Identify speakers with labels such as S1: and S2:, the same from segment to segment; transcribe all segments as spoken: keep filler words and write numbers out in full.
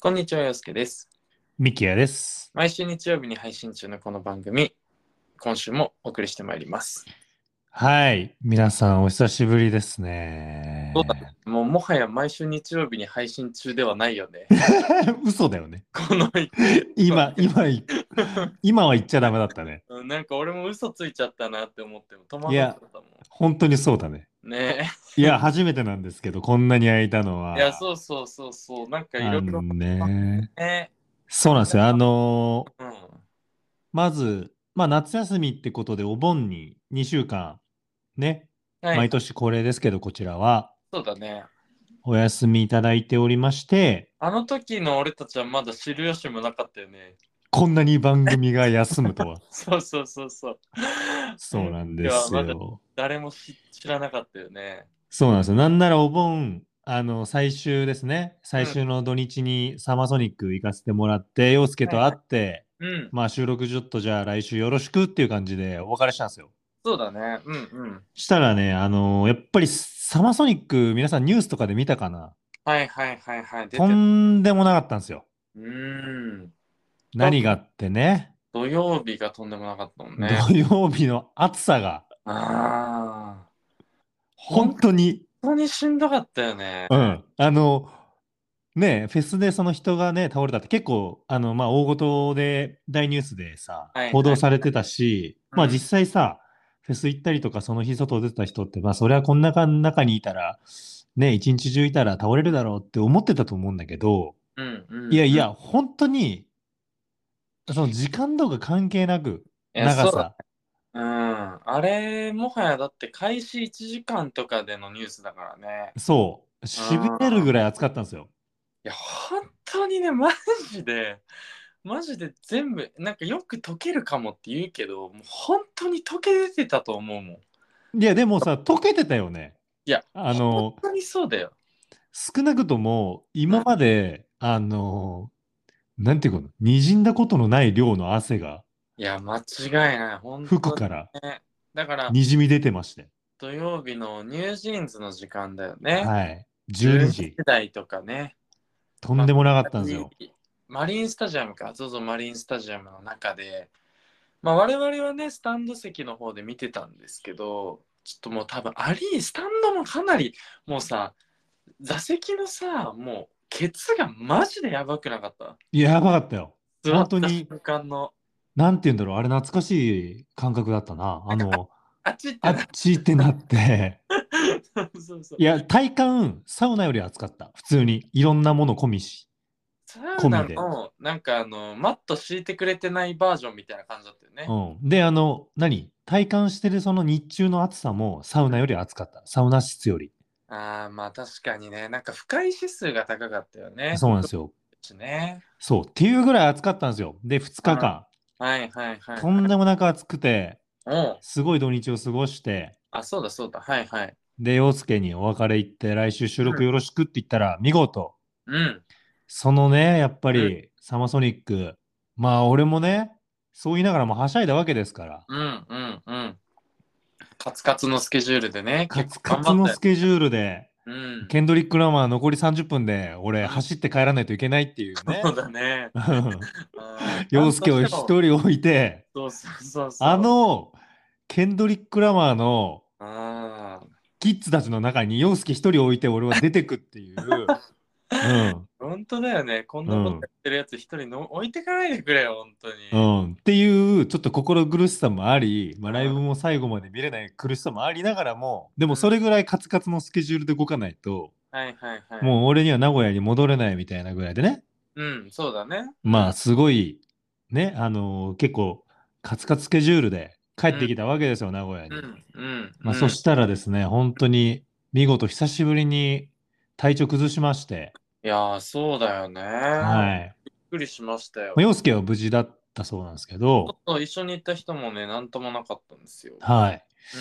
S1: こんにちは、陽介です。
S2: ミキヤです。
S1: 毎週日曜日に配信中のこの番組、今週もお送りしてまいります。
S2: はい。皆さんお久しぶりです
S1: そうだね。
S2: ね。
S1: もうもはや毎週日曜日に配信中ではないよね。
S2: 嘘だよね。
S1: この一定は
S2: 今、今い、今は言っちゃダメだったね。
S1: うんなんか俺も嘘ついちゃったなって思っても戸
S2: いや、
S1: 惑っちゃったも
S2: 本当にそうだね。
S1: ん。ね
S2: いや、初めてなんですけど、こんなに空いたの
S1: え。いや、
S2: は、
S1: そうそうそうそう。なんかいろいろ
S2: あのね、
S1: ね。
S2: そうなんですよ。あの
S1: うん。
S2: まず、まあ、夏休みってことで、お盆ににしゅうかん、ね、
S1: はいはい。
S2: 毎年恒例ですけど、こちらは、
S1: そうだね。
S2: お休みいただいておりまして、
S1: あの時の俺たちはまだ知る由もなかったよね。
S2: こんなに番組が休むとは。
S1: そうそうそうそう。あ
S2: そう
S1: の
S2: なんで
S1: 時はまだ
S2: すよ。
S1: 誰も知知らなかったよね。
S2: そうなんですよ。なんならお盆、あの、最終ですね。
S1: うん。
S2: 最終の土日にサマーソニック行かせてもらって、陽介と会
S1: はいはい。
S2: って、
S1: うん。
S2: まあ収録ちょっとじゃあ来週よろしくっていう感じでお別れしたんですよ。
S1: そうだね。うんうん。
S2: したらね、あのやっぱりサマーソニック皆さんニュースとかで見たかな。
S1: はいはいはいはい。出
S2: と
S1: てる。
S2: んでもなかったんですよ。
S1: うーん。多分
S2: 何があってね、
S1: 土曜日がとんでもなかったもん
S2: 土
S1: ね。
S2: 曜日の暑さが
S1: ああ。本
S2: 本当に、
S1: 当にしんどかったよね。
S2: うん、あの、ねえ、フェスでその人がね、倒れたって結構、あの、まあ、大事で大ニュースでさ、報道
S1: はいはい。
S2: されてたし、まあ
S1: うん。
S2: 実際さ、フェス行ったりとか、その日外出てた人って、まあそりゃこんな中にいたら、ね、一日中いたら倒れるだろうって思ってたと思うんだけど、
S1: うんうんうん。
S2: いやいや、本当に、その時間とか関係なく、
S1: いや、そうだ。
S2: 長さ、
S1: うん。あれ、もはやだって開始いちじかんとかでのニュースだからね。
S2: そう、
S1: う
S2: 痺れる
S1: ん。
S2: ぐらい暑かったんですよ。
S1: いや、本当にね、マジで、マジで全部、なんかよく溶けるかもって言うけど、もう本当に溶け出てたと思うもん。
S2: いや、でもさ、溶けてたよね。
S1: いや、
S2: あの、
S1: 本当にそうだよ。
S2: 少なくとも、
S1: うん。
S2: 今まで、あの、なんていうかな、滲んだことのない量の汗が
S1: いや、間違いない。本当に
S2: 服から
S1: ね。だから、
S2: にじみ出てまして。
S1: 土曜日のニュージーンズの時間だよね。
S2: はい。12
S1: 12
S2: 時。
S1: 時台とかね。ま
S2: とんでもなかったんです
S1: あ、
S2: よ。
S1: マリンスタジアムか、ゾゾマリンスタジアムの中で、まあ、我々はね、スタンド席の方で見てたんですけど、ちょっともう多分、アリー、スタンドもかなり、もうさ、座席のさ、もう、ケツがマジでやばくなかった。
S2: やばかったよ。
S1: 座った
S2: 本当に、
S1: 瞬間の。
S2: なんて言うんだろう。あれ懐かしい感覚だったな。
S1: なんか、あ
S2: あの、
S1: あっちってな。
S2: あっちってなって。
S1: そうそうそう。
S2: いや、体感、サウナより暑かった。普通に。いろんなもの込みし、
S1: サウナ
S2: 込みで。
S1: の、なんかあの、マット敷いてくれてないバージョンみたいな感じだったよね。
S2: うん。で、あの、何体感してるその日中の暑さもサウナより暑かった。サウナ室より。
S1: ああ、まあ確かにね、なんか不快指数が高かったよね。服
S2: そうなんですよ。
S1: しね。
S2: そう。っていうぐらい暑かったんですよ。で、2
S1: あ
S2: 日間。
S1: はいはいはい
S2: とんで
S1: はい。
S2: もなく暑くて、
S1: うん。
S2: すごい土日を過ごして、
S1: あ、そうだそうだ。はいはい。
S2: で、陽介にお別れ言って、来週収
S1: うん。
S2: 録よろしくって言ったら、見事、
S1: うん。
S2: そのね、やっぱ
S1: うん。
S2: り、サマソニック、まあ、俺もね、そう言いながらもはしゃいだわけですから、
S1: うん。うん。うん。カツカツのスケジュールでね、結構
S2: カツカツ
S1: 頑張ったよ。
S2: のスケジュールで、
S1: うん。
S2: ケンドリック・ラマー残りさんじゅっぷんで、俺、
S1: うん。
S2: 走って帰らないといけないっていうね、
S1: そうだね。ああ、ちゃん
S2: 陽介を
S1: としたもん。
S2: 一人置いて、
S1: そうそうそう
S2: あ
S1: そう。
S2: の、ケンドリック・ラマーの
S1: ああ。
S2: キッズたちの中に陽介一人置いて俺は出てくっていう、うん、
S1: 本当だよね。こんなことや
S2: うん、
S1: ってるやつ一人の置いてかないでくれよ、本当に。
S2: うん、っていうちょっと心苦しさもあり、まあ、ライブ
S1: うん。
S2: も最後まで見れない苦しさもありながらも、でもそ
S1: うん。
S2: れぐらいカツカツのスケジュールで動かないと、
S1: はいはいはい。
S2: もう俺には名古屋に戻れないみたいなぐらいでね、
S1: うん、そうだね。うん。
S2: まあすごい、ね、あのー結構カツカツスケジュールで帰
S1: うん。
S2: ってきたわけですよ、名古屋に。
S1: うん。うん。
S2: まあ
S1: うん。
S2: そしたらですね、本当に見事久しぶりに体調崩しまして、
S1: いやー、そうだよね。
S2: はい。
S1: びっくりしました
S2: まあ、
S1: よ。
S2: 陽介は無事だったそうなんですけど、
S1: そう一緒に行った人もね、なんともなかったんですよ。
S2: はい。
S1: うん。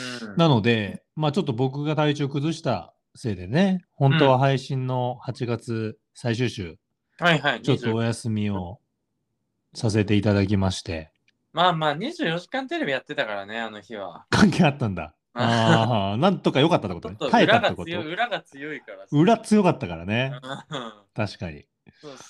S2: なので、まあちょっと僕が体調崩したせいでね、本当は
S1: うん。
S2: 配信のはちがつ最終週、
S1: はいはい、にじゅう。
S2: ちょっとお休みをさせていただきまして、
S1: まあまあ、にじゅうよじかんテレビやってたからね、あの日は。
S2: 関係あったんだ。ああ、なんとか良かったってことね。
S1: ちょっと
S2: 耐えたっ
S1: 裏が強い、
S2: てこと。
S1: 裏が強いからさ。
S2: 裏強かったからね。
S1: うん。
S2: 確かに。
S1: そうそ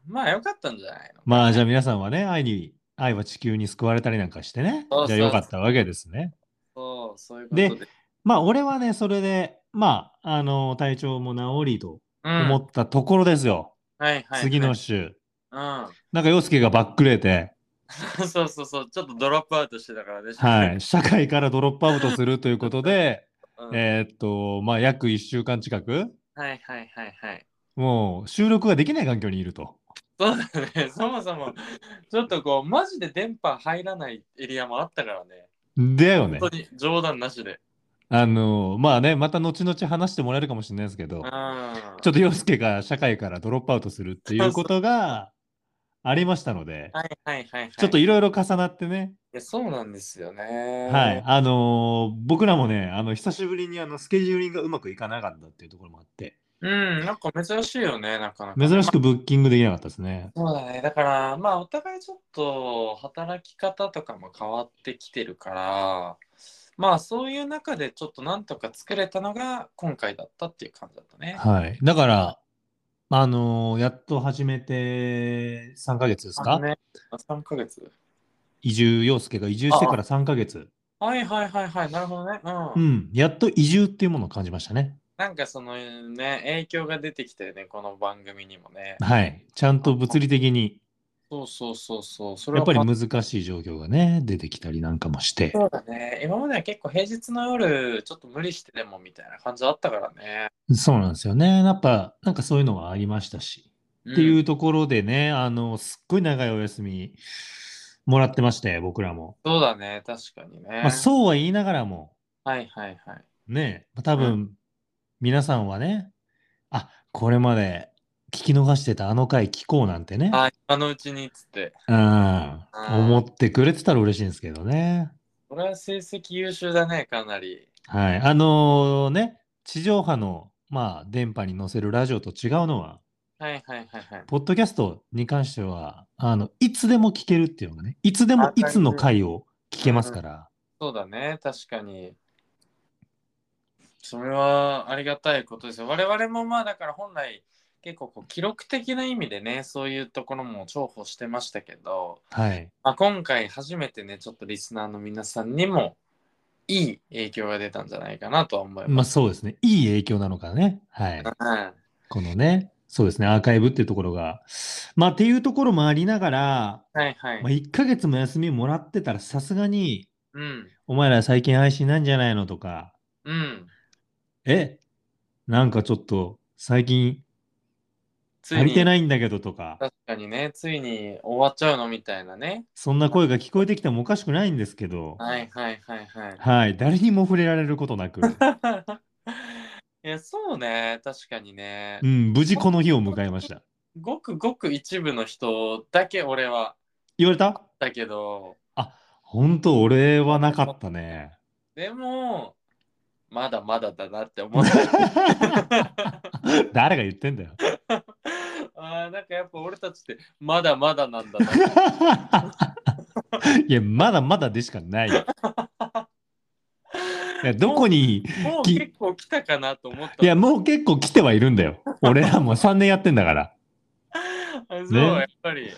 S1: まあよかったんじゃないのかね。
S2: まあじゃあ皆さんはね、愛に、愛は地球に救われたりなんかしてね。じゃあよ
S1: そうそう
S2: かったわけですね。
S1: そう、そういうこと
S2: で、
S1: で。
S2: まあ俺はね、それで、まあ、あの、体調も治りと
S1: うん。
S2: 思ったところですよ。
S1: はいはい
S2: 次
S1: はい。
S2: の週。
S1: うん。
S2: なんか洋介がバックレーて、
S1: そうそうそう、ちょっとドロップアウトしてたからね、社会か
S2: はい、社会からドロップアウトするということで、
S1: ら。うん。
S2: えーっと、まあ約いっしゅうかん近く、
S1: はいはいはいはい。
S2: もう収録ができない環境にいると。
S1: そうだね、そもそも、ちょっとこう、マジで電波入らないエリアもあったからね。
S2: だよね。
S1: 本当に、冗談なしで。
S2: あの、まあね、また後々話してもらえるかもしれないですけ
S1: うん。
S2: ど、ちょっ
S1: は
S2: と洋介が社会からドロップアウトするっていうこ
S1: そう
S2: とがありましたので、
S1: はいはいはい
S2: ちょっ
S1: はい。
S2: といろいろ重なってね、
S1: いや、そうなんですよ
S2: はい、
S1: ね。
S2: あのー僕らもね、あの、久しぶりにあの、スケジューリングがうまくいかなかったっていうところもあって、
S1: うん、なんか珍しいよね、なかなかね。まあ、
S2: 珍しくブッキングできなかったですね。
S1: そうだね。だから、まあ、お互いちょっと働き方とかも変わってきてるから、まあ、そういう中でちょっとなんとか作れたのが今回だったっていう感じだったね。
S2: はい。だから、あのーやっと始めてさんかげつですか？
S1: あね、さんかげつ。
S2: 移住、陽介が移住してから
S1: あ
S2: さんかげつ。
S1: あ、はいはいはいはい、なるほどね。うん。
S2: うん。やっと移住っていうものを感じましたね。
S1: なんかそのね、影響が出てきたよね、この番組にもね。
S2: はい。ちゃんと物理的に、
S1: そうそうそうそう、それ
S2: やっぱり
S1: はか
S2: 難しい状況がね、出てきたりなんかもして。
S1: そうだね。今までは結構平日の夜、ちょっと無理してでもみたいな感じあったからね。
S2: そうなんですよね。やっぱ、なんかそういうのはありましたし。ってい
S1: うん。
S2: うところでね、あの、すっごい長いお休みもらってまして、僕らも。
S1: そうだね、確かに
S2: まあ、
S1: ね。
S2: そうは言いながらも、
S1: はいはいはい。
S2: ね、多
S1: うん。
S2: 分、皆さんはね、あ、これまで聞き逃してたあの回聞こうなんてね、
S1: あ、今のうちにっつって。
S2: うん、思
S1: ああ、
S2: ってくれてたら嬉しいんですけどね。
S1: これは成績優秀だね、かなり。
S2: はい。あのね、地上波の、まあ、電波に乗せるラジオと違うのは、
S1: はいはいはいはい。
S2: ポッドキャストに関しては、あの、いつでも聞けるっていうのがね、いつでも
S1: アー
S2: いつの
S1: カイブ。
S2: 回を聞けます
S1: うん。
S2: から。
S1: そうだね、確かに。それはありがたいことですよ。我々もまあだから本来結構こう記録的な意味でね、そういうところも重宝してましたけど、
S2: はい。
S1: まあ、今回初めてね、ちょっとリスナーの皆さんにもいい影響が出たんじゃないかなとは思い
S2: まあ
S1: ます。
S2: そうですね。いい影響なのかね。はい。
S1: うん。
S2: このね、そうですね、アーカイブっていうところが。まあっていうところもありながら、まあ
S1: はいはい。
S2: いっかげつも休みもらってたらさすがに、
S1: うん。
S2: お前ら最近配信なんじゃないのとか、
S1: うん。
S2: え、なんかちょっと最近足りて
S1: ついに、
S2: ないんだけどとか、
S1: 確かにね、ついに終わっちゃうのみたいなね。
S2: そんな声が聞こえてきてもおかしくないんですけど、
S1: はいはいはいはい。
S2: はい、誰にも触れられることなく、
S1: いや、そうね、確かにね。
S2: うん、無事この日を迎えました。
S1: ごくごく一部の人だけ俺は
S2: 言われた？
S1: だけど、
S2: あ、本当俺はなかったね。
S1: でも、まだまだだなって思ったよ。
S2: 誰が言ってんだよ。
S1: ああ、なんかやっぱ俺たちってまだまだなんだなって。
S2: いや、まだまだでしかないよ。いや、どこ
S1: も
S2: に、
S1: う、もう
S2: き、
S1: 結構来たかなと思っ
S2: いや、
S1: たもん。
S2: もう結構来てはいるんだよ。俺らもさんねんやってんだから。
S1: あそう、や
S2: ね。
S1: っぱり。うん。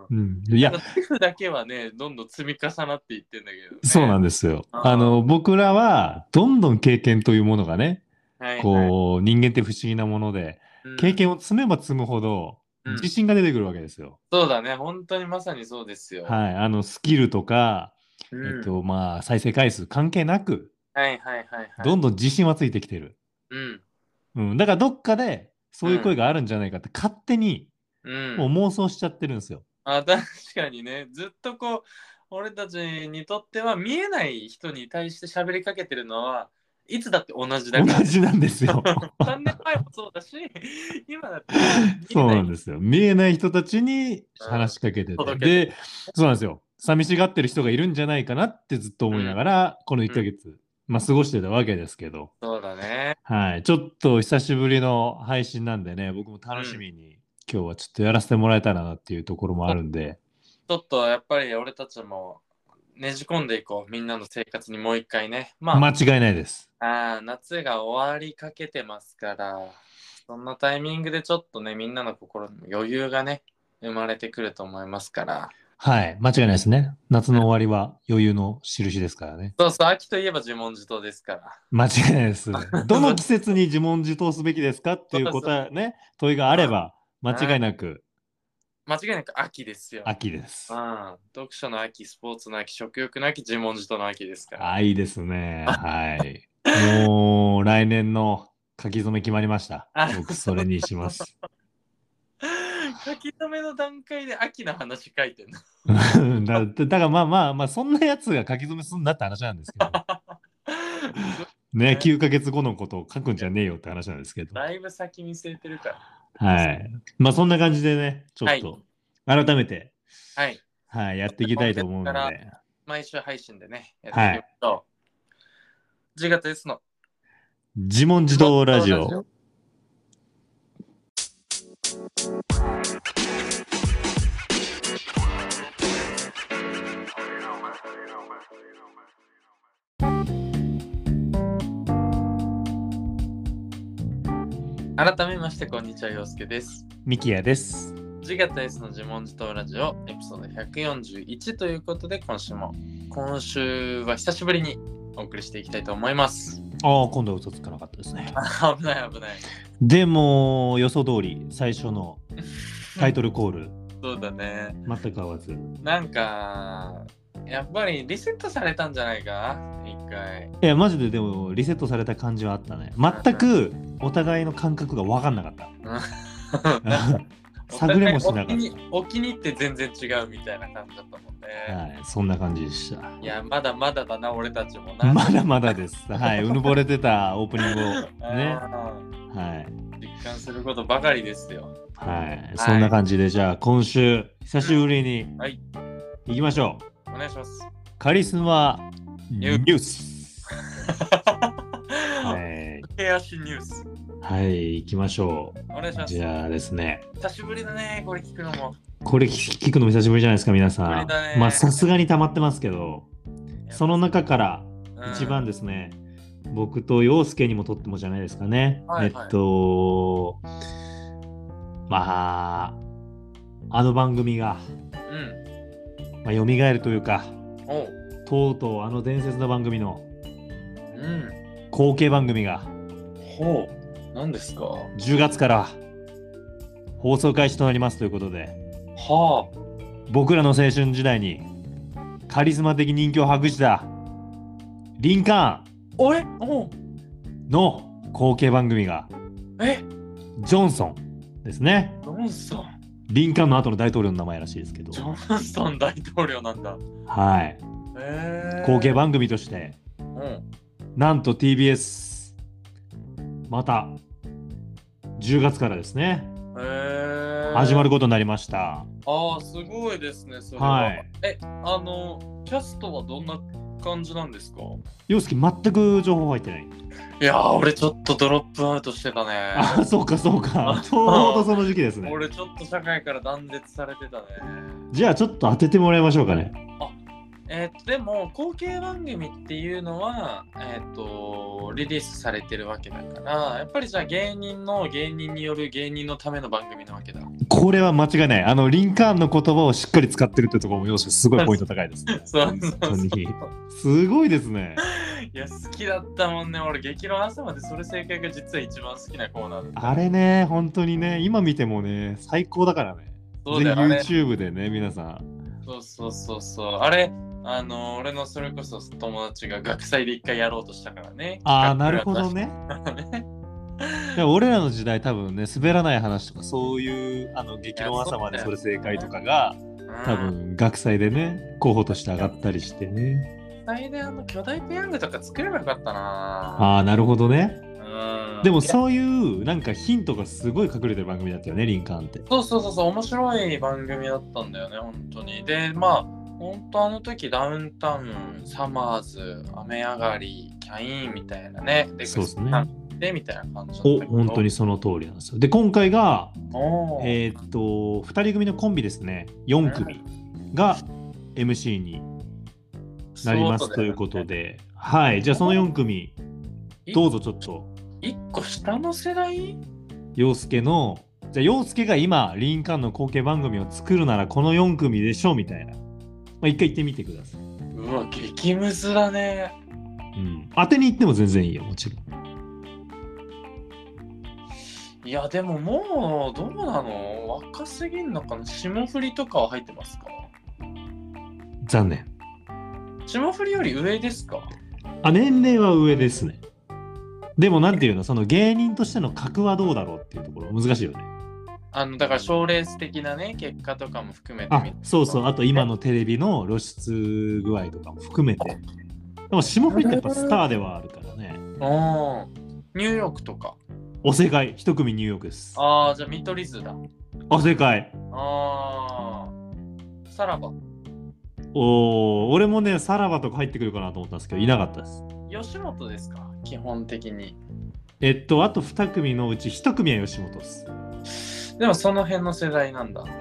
S2: うん。いや、
S1: なんか、寄付だけはね、どんどん積み重なっていってんだけど
S2: そうな
S1: ね。
S2: んですよ。あ
S1: あ
S2: の、僕らは、どんどん経験というものがね、
S1: あ、はいはい。
S2: こう、人間って不思議なもので、
S1: うん。
S2: 経験を積めば積むほど、自
S1: うん。
S2: 信が出てくるわけですよ。
S1: そうだね。本当にまさにそうですよ。
S2: はい。あの、スキルとか、
S1: うん。
S2: えっと、まあ、再生回数関係なく、
S1: はいはいはいはい。
S2: どんどん自信はついてきてる。
S1: うん。
S2: うん。だから、どっかで、そういう声
S1: うん。
S2: があるんじゃないかって、勝手に、
S1: う
S2: もう
S1: ん。
S2: 妄想しちゃってるんですよ。
S1: あ、確かにね。ずっとこう、俺たちにとっては見えない人に対して喋りかけてるのは、いつだって同じだ
S2: 同
S1: からね。
S2: じなんですよ。
S1: さんねんまえもそうだし、今だってね、見
S2: そう
S1: えない人、
S2: なんですよ。見えない人たちに
S1: うん、
S2: 話しかけてて。
S1: 届けてる。
S2: で、そうなんですよ。寂しがってる人がいるんじゃないかなってずっと思いな
S1: うん、
S2: がら、この1
S1: うん、
S2: ヶ月、まあ過ごしてたわけですけど。
S1: そうだね。
S2: はい。ちょっと久しぶりの配信なんでね、僕も楽し
S1: うん。
S2: みに今日はちょっとやらせてもらえたらなっていうところもあ
S1: そう
S2: るんで、
S1: ちょっとやっぱり俺たちもねじ込んでいこう。みんなの生活にもう一回ね。ま
S2: 間違いないです。
S1: あ、あー夏が終わりかけてますから、そんなタイミングでちょっとね、みんなの心にも余裕がね、 生まれてくると思いますから。
S2: はい。間違いないですね。夏の終わりは余裕の印ですからね。
S1: そうそう、秋といえば自問自答ですから。
S2: 間違いないです。どの季節に自問自答すべきですかっていう答えね、問いがあれば、間違いなく
S1: 間違いなく秋ですよ。
S2: 秋です。
S1: うん。読書の秋、スポーツの秋、食欲の秋、自問自答の秋ですから。
S2: あ、いいですね。はい。もう、来年の書き初め決まりました。
S1: あ、
S2: 僕、
S1: そう。
S2: それにします。
S1: 書き留めの段階で秋の話書いてんの。
S2: だ、だからまあまあまあ、そんなやつが書き初めすんなって話なんですけど。ね、
S1: ね、
S2: きゅうかげつごのことを書くんじゃねえよって話なんですけど。
S1: だいぶ先見据えてるから。
S2: はい。まあ、そんな感じでね、ちょ
S1: はい。
S2: っと、改めて、
S1: はい。
S2: はい、やっていきたいと思う
S1: 今月から
S2: ので、
S1: 毎週配信でね、やっていきまし
S2: はい。
S1: ょう。じがつ S の
S2: 自問自
S1: 自問
S2: 答
S1: 自
S2: ラジオ。
S1: 答ラジオ。改めまして、こんにちは、陽介です。
S2: ミキヤです。
S1: じがつ S の自問自答ラジオエピソードひゃくよんじゅういちということで、今週も、今週は久しぶりにお送りしていきたいと思います。
S2: ああ、今度は嘘つかなかったですね。
S1: 危ない危ない。
S2: でも、予想通り、最初のタイトルコール、
S1: そうだね。
S2: 全く合わず。
S1: なんか、やっぱりリセットされたんじゃないか一回。
S2: いや、マジででも、リセットされた感じはあったね。全くお互いの感覚が分かんなかった。探れもしなかった。
S1: お気にお気に入って全然違うみたいな感じだったもんね。
S2: はい、そんな感じでした。
S1: いや、まだまだだな、俺たちもな。
S2: まだまだです。はい、うぬぼれてたオープニングをね。
S1: あ
S2: はい。
S1: ー実感することばかりですよ。
S2: はい。そんな感じで、じゃあ今週、久しぶりに
S1: はい、
S2: 行きましょう。
S1: お願いします。
S2: カリスマニ
S1: ニュ
S2: ュース。はい。
S1: 駆け足ニュース。
S2: はい、行きましょ
S1: お願いしま
S2: う。
S1: す。
S2: じゃあですね。
S1: 久しぶりだね、これ聞くのも。
S2: これ聞くのも久しぶりじゃないですか、皆さん。
S1: 久しぶりだね
S2: まあ、さすがに溜まってますけど、その中から
S1: うん
S2: 一番ですね、僕と陽介にもとってもじゃないですかね。
S1: はいはい
S2: えっと、まあ、あの番組が、
S1: うん。
S2: まあ、蘇るというか、
S1: おう。
S2: とうとうあの伝説の番組の
S1: うん。
S2: 後継番組が
S1: ほう。何ですか？
S2: じゅうがつから放送開始となりますということで、
S1: は
S2: 僕らの青春時代にカリスマ的人気を博したリンカ
S1: あ。おえおう。
S2: ーンの後継番組が
S1: え
S2: ジョンソンですね。
S1: ジョンソン。
S2: リンカーンの後の大統領の名前らしいですけど、
S1: ジョンソン大統領なんだ。
S2: はい。
S1: へえ。
S2: 後継番組として
S1: うん。
S2: なんと ティービーエス またじゅうがつからですね、
S1: へえ。
S2: 始まることになりました。
S1: ああ、すごいですね、それは。
S2: はい。
S1: え、あの、キャストはどんな感じなんですか？
S2: 陽介全く情報入ってない。
S1: いやー、俺ちょっとドロップアウトしてたね。
S2: あ、そうかそうか。ちょうどその時期ですね。
S1: 俺ちょっと社会から断絶されてたね。
S2: じゃあちょっと当ててもらいましょうかね。
S1: えー、でも後継番組っていうのは、えー、とリリースされてるわけだからやっぱりじゃあ芸人の芸人による芸人のための番組なわけだ。
S2: これは間違いない。あのリンカーンの言葉をしっかり使ってるってところも要素すごいポイント高いですね。
S1: そう
S2: 本
S1: そうそう
S2: 当にすごいですね。
S1: いや好きだったもんね。俺激論朝までそれ正解が実は一番好きなコーナーだった。
S2: あれね、本当にね、今見てもね、最高だからね。
S1: そうだよ、
S2: ぜひ YouTube でね、皆さん。
S1: そうそうそうそう。あれあの俺のそれこそ友達が学祭で一回やろうとしたからね。
S2: ああ、なるほどね。
S1: ね
S2: いや俺らの時代多分ね、滑らない話とかそういうあの激論朝までそれ正解とかが多分学祭でね、候補として上がったりしてね。
S1: 学祭であの巨大ペヤングとか作ればよかったな。
S2: ああ、なるほどね。
S1: うん、
S2: でもそういうなんかヒントがすごい隠れてる番組だったよね、リンカーンって。
S1: そうそうそうそう、面白い番組だったんだよね、本当に。で、まあ、本当あの時ダウンタウン、サマーズ、雨上がり、キャインみたいなね。で、
S2: そうですね。
S1: で、みたいな感じだった
S2: お、
S1: けど。
S2: 本当にその通りなんですよ。で、今回が、
S1: お
S2: えーっと、ふたり組のコンビですね、よん組が エムシー になりますということで、はい、じゃあそのよん組、どうぞちょっと。
S1: いっこ下の世代？
S2: 陽介のじゃあ陽介が今リンカーンの後継番組を作るならこのよん組でしょみたいな、まあ、一回言ってみてください。
S1: うわ、激ムズだね。
S2: うん、当てに行っても全然いいよ、もちろん。
S1: いや、でももう、どうなの？若すぎんのかな？霜降りとかは入ってますか？
S2: 残念。
S1: 霜降りより上ですか？
S2: あ、年齢は上ですね。でもなんていうの、その芸人としての格はどうだろうっていうところ難しいよね。
S1: あの、だから賞レース的なね、結果とかも含めて
S2: あ
S1: みる、
S2: そうそう、あと今のテレビの露出具合とかも含めて。でも霜降りってやっぱスターではあるからね。
S1: うん。ニューヨークとか。
S2: お正解、一組ニューヨークです。
S1: ああ、じゃあ見取り図だ。
S2: お正解。
S1: ああ、さらば。
S2: おー、俺もね、さらばとか入ってくるかなと思ったんですけど、いなかったです。
S1: 吉本ですか？基本的に。
S2: えっと、あとに組のうちいち組は吉本です。
S1: でもその辺の世代なんだ。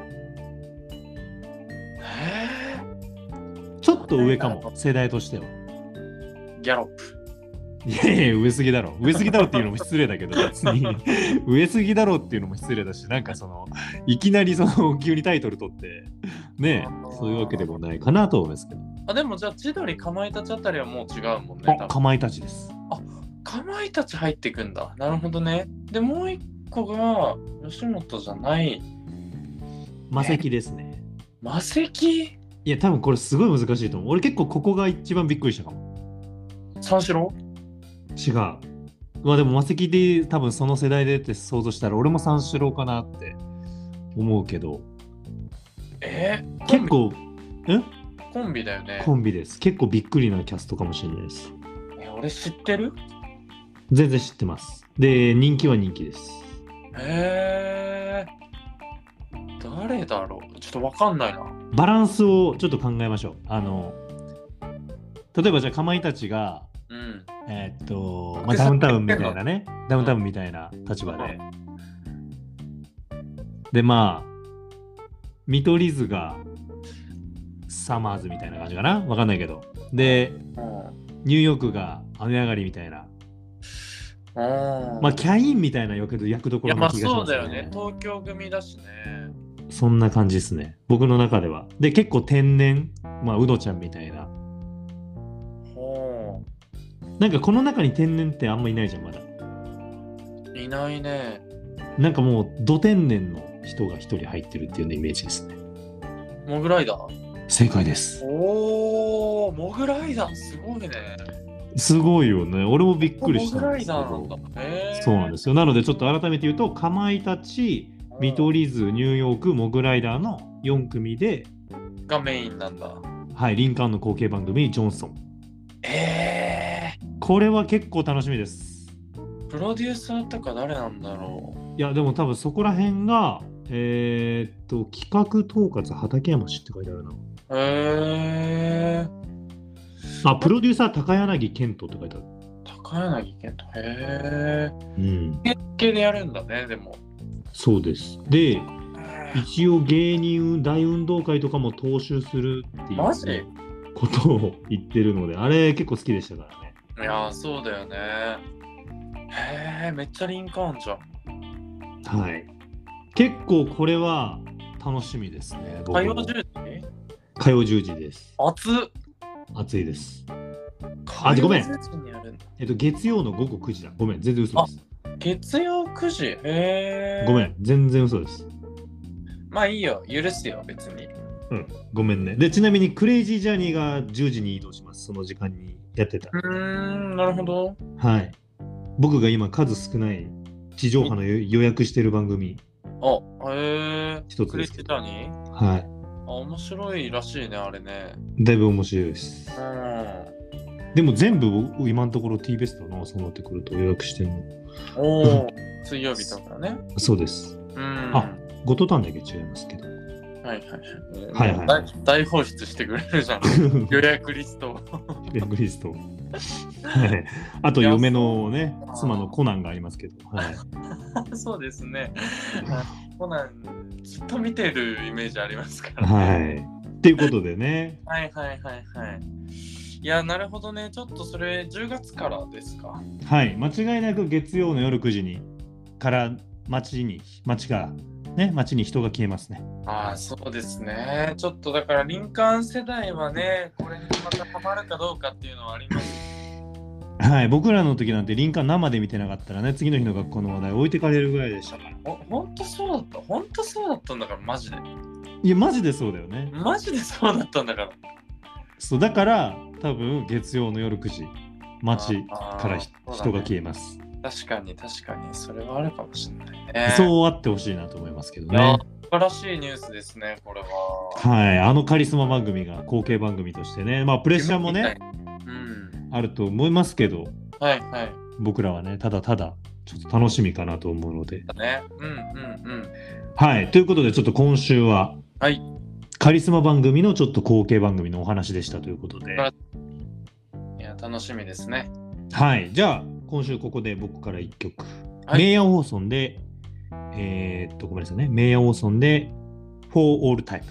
S1: へ
S2: え。ちょっと上かも、世代としては。
S1: ギャロップ。
S2: いやいや、上すぎだろ。上すぎだろっていうのも失礼だけど、別に。上すぎだろっていうのも失礼だし、なんかその、いきなりその、急にタイトル取って、ねえ、そういうわけでもないかなと思いますけど。
S1: あ、でもじゃあ、千鳥、かまいたちあたりはもう違うもんね。
S2: あ、かまいたちです。
S1: あ、かまいたち入ってくんだ。なるほどね。で、もう一個が、吉本じゃない。
S2: マセキですね。
S1: マセキ？
S2: いや、多分これすごい難しいと思う。俺結構ここが一番びっくりしたかも。
S1: 三四郎？
S2: 違う。まあでもマセキで多分その世代でって想像したら俺も三四郎かなって思うけど。
S1: えー、
S2: 結構、え
S1: コンビだよね。
S2: コンビです。結構びっくりなキャストかもしれないです。
S1: え、俺知ってる？
S2: 全然知ってます。で、人気は人気です。
S1: へえー、誰だろう？ちょっとわかんないな。
S2: バランスをちょっと考えましょう。あの、例えばじゃあかまいたちが、
S1: うん、
S2: えー、っと、まあ、ダウンタウンみたいなね、ダウンタウンみたいな立場で。で、まあ、見取り図がサマーズみたいな感じかな？わかんないけど。で、ニューヨークが雨上がりみたいな。まあ、キャインみたいな役どころの気がしますね。
S1: いや、まあそうだよね。東京組だしね。
S2: そんな感じですね。僕の中では。で、結構天然、まあ、うのちゃんみたいな。
S1: ほ
S2: なんかこの中に天然ってあんまいないじゃん、まだ。
S1: う。いないね。
S2: なんかもう、ど天然の人が一人入ってるっていうのイメージですね。
S1: モグライダー？
S2: 正解です。
S1: おー、モグライダーすごいね。
S2: すごいよね。俺もびっくりした
S1: モグライ
S2: んですけど。
S1: ダーなんだ。へー。
S2: そうなんですよ。なのでちょっと改めて言うと、かまいたち、見取り図、ニューヨーク、モグライダーのよん組で、
S1: がメインなんだ。
S2: はい、リンカーンの後継番組、ジョンソン。
S1: えー。
S2: これは結構楽しみです。
S1: プロデューサーとか誰なんだろ
S2: いや、でも多分そこら辺が、えー、っと、企画統括、畠山氏って書いてあるな。
S1: う。へー。
S2: あ、プロデューサー、高柳健人って書いてある。
S1: 高柳健人。へー。
S2: うん。
S1: 設計でやるんだね、でも。
S2: そうです。で、一応芸人大運動会とかも踏襲するっていう、ね、
S1: マジ？
S2: ことを言ってるので、あれ結構好きでしたからね。
S1: いやー、そうだよね。へー、めっちゃリンカーンじゃん。
S2: はい。結構これは楽しみですね。
S1: 火曜じゅうじ？
S2: 火曜じゅうじです。
S1: 熱っ。
S2: 暑いです。
S1: あ、
S2: ごめん。
S1: ん。
S2: えっと、月曜の午後くじだ。ごめん、全然嘘です。
S1: 月曜くじ？へー。
S2: ごめん、全然嘘です。
S1: まあいいよ、許すよ、別に。
S2: うん、ごめんね。で、ちなみにクレイジージャーニーがじゅうじに移動します。その時間にやってた。
S1: うーん、なるほど。
S2: はい。僕が今数少ない地上波の予約してる番組。
S1: あ、へえ。
S2: 一つですけど。
S1: クレイジージャーニー？
S2: はい。
S1: あ、面白いらしいね、あれね。
S2: だいぶ面白いです。
S1: うん。
S2: でも全部今のところ T ベストのそうなってくると予約してるの。
S1: おお、水曜日とかね。
S2: そうです。
S1: うん。
S2: あ、ゴトタンだけ違いますけど。
S1: はいはい
S2: はいはい
S1: 大。大放出してくれるじゃん。予約リスト。
S2: 予約リスト。はい。あと嫁のね、妻のコナンがありますけど。はい。
S1: そうですね。コナンずっと見てるイメージありますから、
S2: ね。はい。っていうことでね。
S1: はいはいはいはい。いや、なるほどね。ちょっとそれじゅうがつからですか。
S2: はい。間違いなく月曜の夜くじにから街に街がね、街に人が消えますね。
S1: ああ、そうですね。ちょっとだからリンカーン世代はね、これにまたハマるかどうかっていうのはあります。
S2: はい、僕らの時なんてリンカーン生で見てなかったらね、次の日の学校の話題置いてかれるぐらいでしたから。
S1: お、ほんとそうだった。ほんとそうだったんだから、マジで。
S2: いや、マジでそうだよね。
S1: マジでそうだったんだから。
S2: そう、だから、多分月曜の夜くじ、街からひ
S1: あー
S2: 人が消えます。
S1: 確かに確かに、それはあるかもしれないね。
S2: そうあってほしいなと思いますけど
S1: いや、
S2: ね。
S1: 素晴らしいニュースですね、これは。
S2: はい、あのカリスマ番組が後継番組としてね、まあプレッシャーもね、
S1: うん。
S2: あると思いますけど、
S1: はいはい。
S2: 僕らはね、ただただちょっと楽しみかなと思うので。
S1: だね。うんうんうん。
S2: はい、ということでちょっと今週は
S1: はい。
S2: カリスマ番組のちょっと後継番組のお話でしたということで。
S1: いや、楽しみですね。
S2: はい、じゃあ今週ここで僕からいっきょく。
S1: はい
S2: メイヤー・オーソンで、えー、っと、ごめんなさいね。メイヤー・オーソンで For All Time。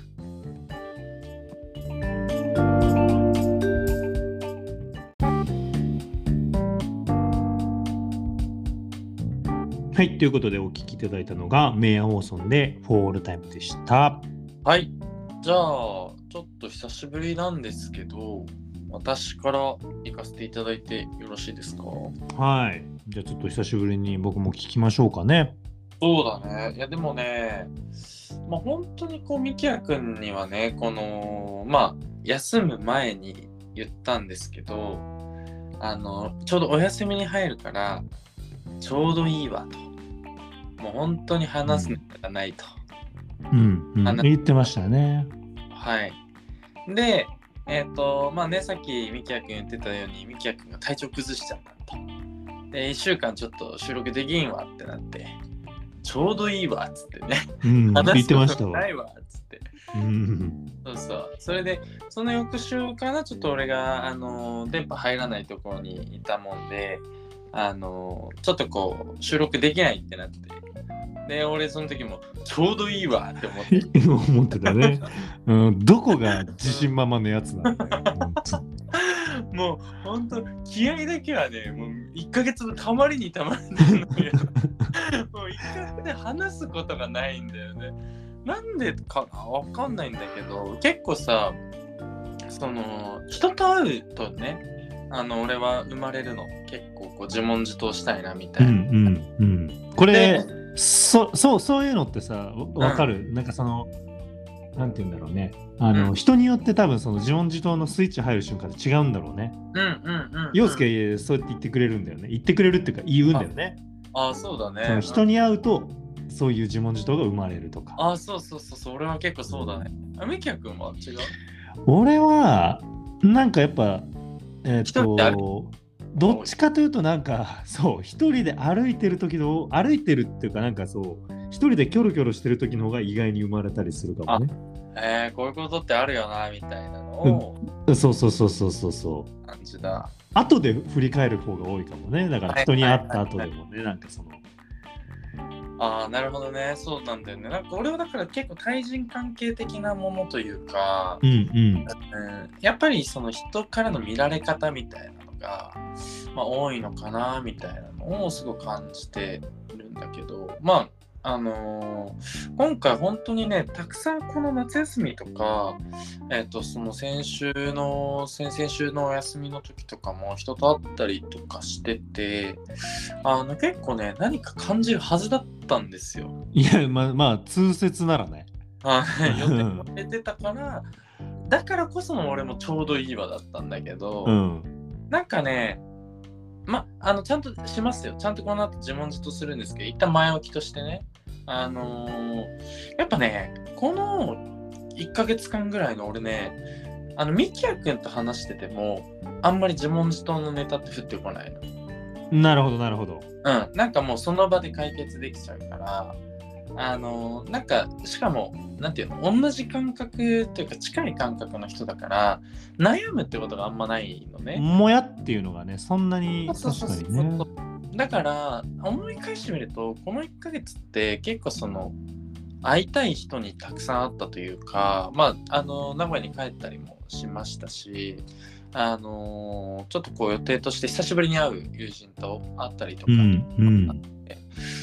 S2: はい、ということでお聞きいただいたのがメイヤー・オーソンで For All Time でした。
S1: はい。じゃあ、ちょっと久しぶりなんですけど、私から行かせていただいてよろしいですか？
S2: はい。じゃあちょっと久しぶりに僕も聞きましょうかね。
S1: そうだね。いや、でもね、まあ、本当にこう、みきやくんにはね、この、まあ、休む前に言ったんですけど、あの、ちょうどお休みに入るから、ちょうどいいわと。もう本当に話すのがないと。
S2: うん、うん、
S1: あの
S2: 言ってましたね。
S1: はい。で、えっ、と、まあね、さっきみきやくん言ってたように、みきやくんが体調崩しちゃったと。で、いっしゅうかんちょっと収録できんわってなって、ちょうどいいわっつってね。
S2: うん、言
S1: 話すこ
S2: ってましたわ。
S1: とないわっつって。
S2: うん、
S1: そうそう。それで、その翌週からちょっと俺が、あの、電波入らないところにいたもんで、あの、ちょっとこう、収録できないってなって。で、俺その時も、ちょうどいいわって思って。
S2: 思ってたね。うん、どこが自信満々のやつなんだよ。本当
S1: もう本当気合だけはね、もういっかげつぶんたまりにたまりなんだけど、もういっかげつで話すことがないんだよね。なんでかなわかんないんだけど、結構さ、その人と会うとね、あの俺は生まれるの結構こう自問自答したいなみたいな。
S2: うんうんうん。これ、そそうそういうのってさ、わかる、うん、なんかそのなんて言うんだろうね。あの、うん、人によって多分その自問自答のスイッチ入る瞬間って違うんだろうね。
S1: うんうんうん、うん。
S2: 陽介そうやって言ってくれるんだよね。言ってくれるっていうか言うんだよね。
S1: ああ、そうだね。
S2: その人に会うとそういう自問自答が生まれるとか。
S1: ああ、そうそうそうそう。俺は結構そうだね。あ、みきやくんは違う？
S2: 俺はなんかやっぱえっとどっちかというとなんかそう一人で歩いてる時の歩いてるっていうかなんかそう一人でキョロキョロしてる時の方が意外に生まれたりするかもね。
S1: えー、こういうことってあるよなみたいなのを、
S2: うん、そうそうそうそうそうそう
S1: 感じだ。
S2: 後で振り返る方が多いかもね。だから人に会った後でもね、なんかその
S1: ああ、なるほどね。そうなんだよね。なんか俺はだから結構対人関係的なものというか、
S2: うんうん
S1: うん、やっぱりその人からの見られ方みたいなのが、まあ、多いのかなみたいなのをすごく感じてるんだけど、まああのー、今回本当にね、たくさんこの夏休みとか、えっと、その先週の、先々週のお休みの時とかも人と会ったりとかしてて、あの結構ね、何か感じるはずだったんですよ。
S2: いや、まあ、まあ、通説ならね。
S1: はい、予定も出てたから、だからこその俺もちょうどいいわだったんだけど、
S2: うん、
S1: なんかね、ま、あの、ちゃんとしますよ。ちゃんとこの後自問自答するんですけど、一旦前置きとしてね、あのー、やっぱね、このいっかげつかんぐらいの俺ね、あの、みきやくんと話してても、あんまり自問自答のネタって降ってこないの。
S2: なるほど、なるほど。
S1: うん、なんかもうその場で解決できちゃうから、あのー、なんか、しかも、なんていうの、同じ感覚というか近い感覚の人だから、悩むってことがあんまないのね。
S2: もやっていうのがね、そんなに確かにね。
S1: だから思い返してみるとこのいっかげつって結構その会いたい人にたくさん会ったというか、まああの名古屋に帰ったりもしましたし、あのちょっとこう予定として久しぶりに会う友人と会ったりとか、
S2: うんうん、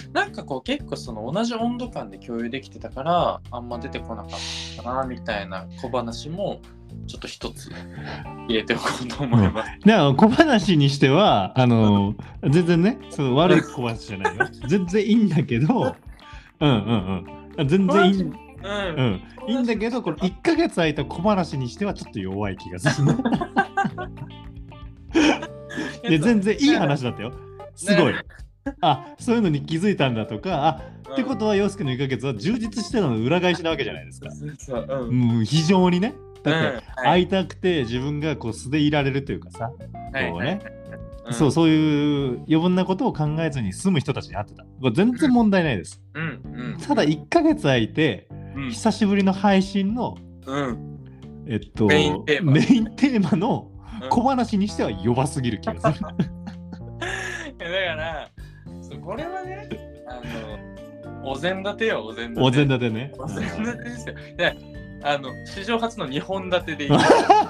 S1: なんかこう結構その同じ温度感で共有できてたからあんま出てこなかったかなみたいな小話もちょっと一つ入れておこうと思います。
S2: だから小話にしてはあの全然ねそう悪い小話じゃないよ全然いいんだけどうんうんうん全然いい、うんうん、いいんだけどこれいっかげつ空いた小話にしてはちょっと弱い気がするねで全然いい話だったよすごい、ね、あそういうのに気づいたんだとかあ、うん、ってことは陽介のいっかげつは充実してたの裏返しなわけじゃないですか。
S1: そう、うん、
S2: もう非常にねだって、うんはい、会いたくて自分がこう素でいられるというかさ、はい、こうね、はいうん、そうそういう余分なことを考えずに済む人たちに会ってた。これ全然問題ないです、うんうん、ただいっかげつ空いて、うん、久しぶりの配信の、うん、えっとメインテーマ、メインテーマの小話にしては弱すぎる気がする、うん、だ
S1: からそうこれはねあのお膳立てよお膳立て
S2: お膳立てね
S1: お膳立てですよ。であの史上初のにほん立てでいい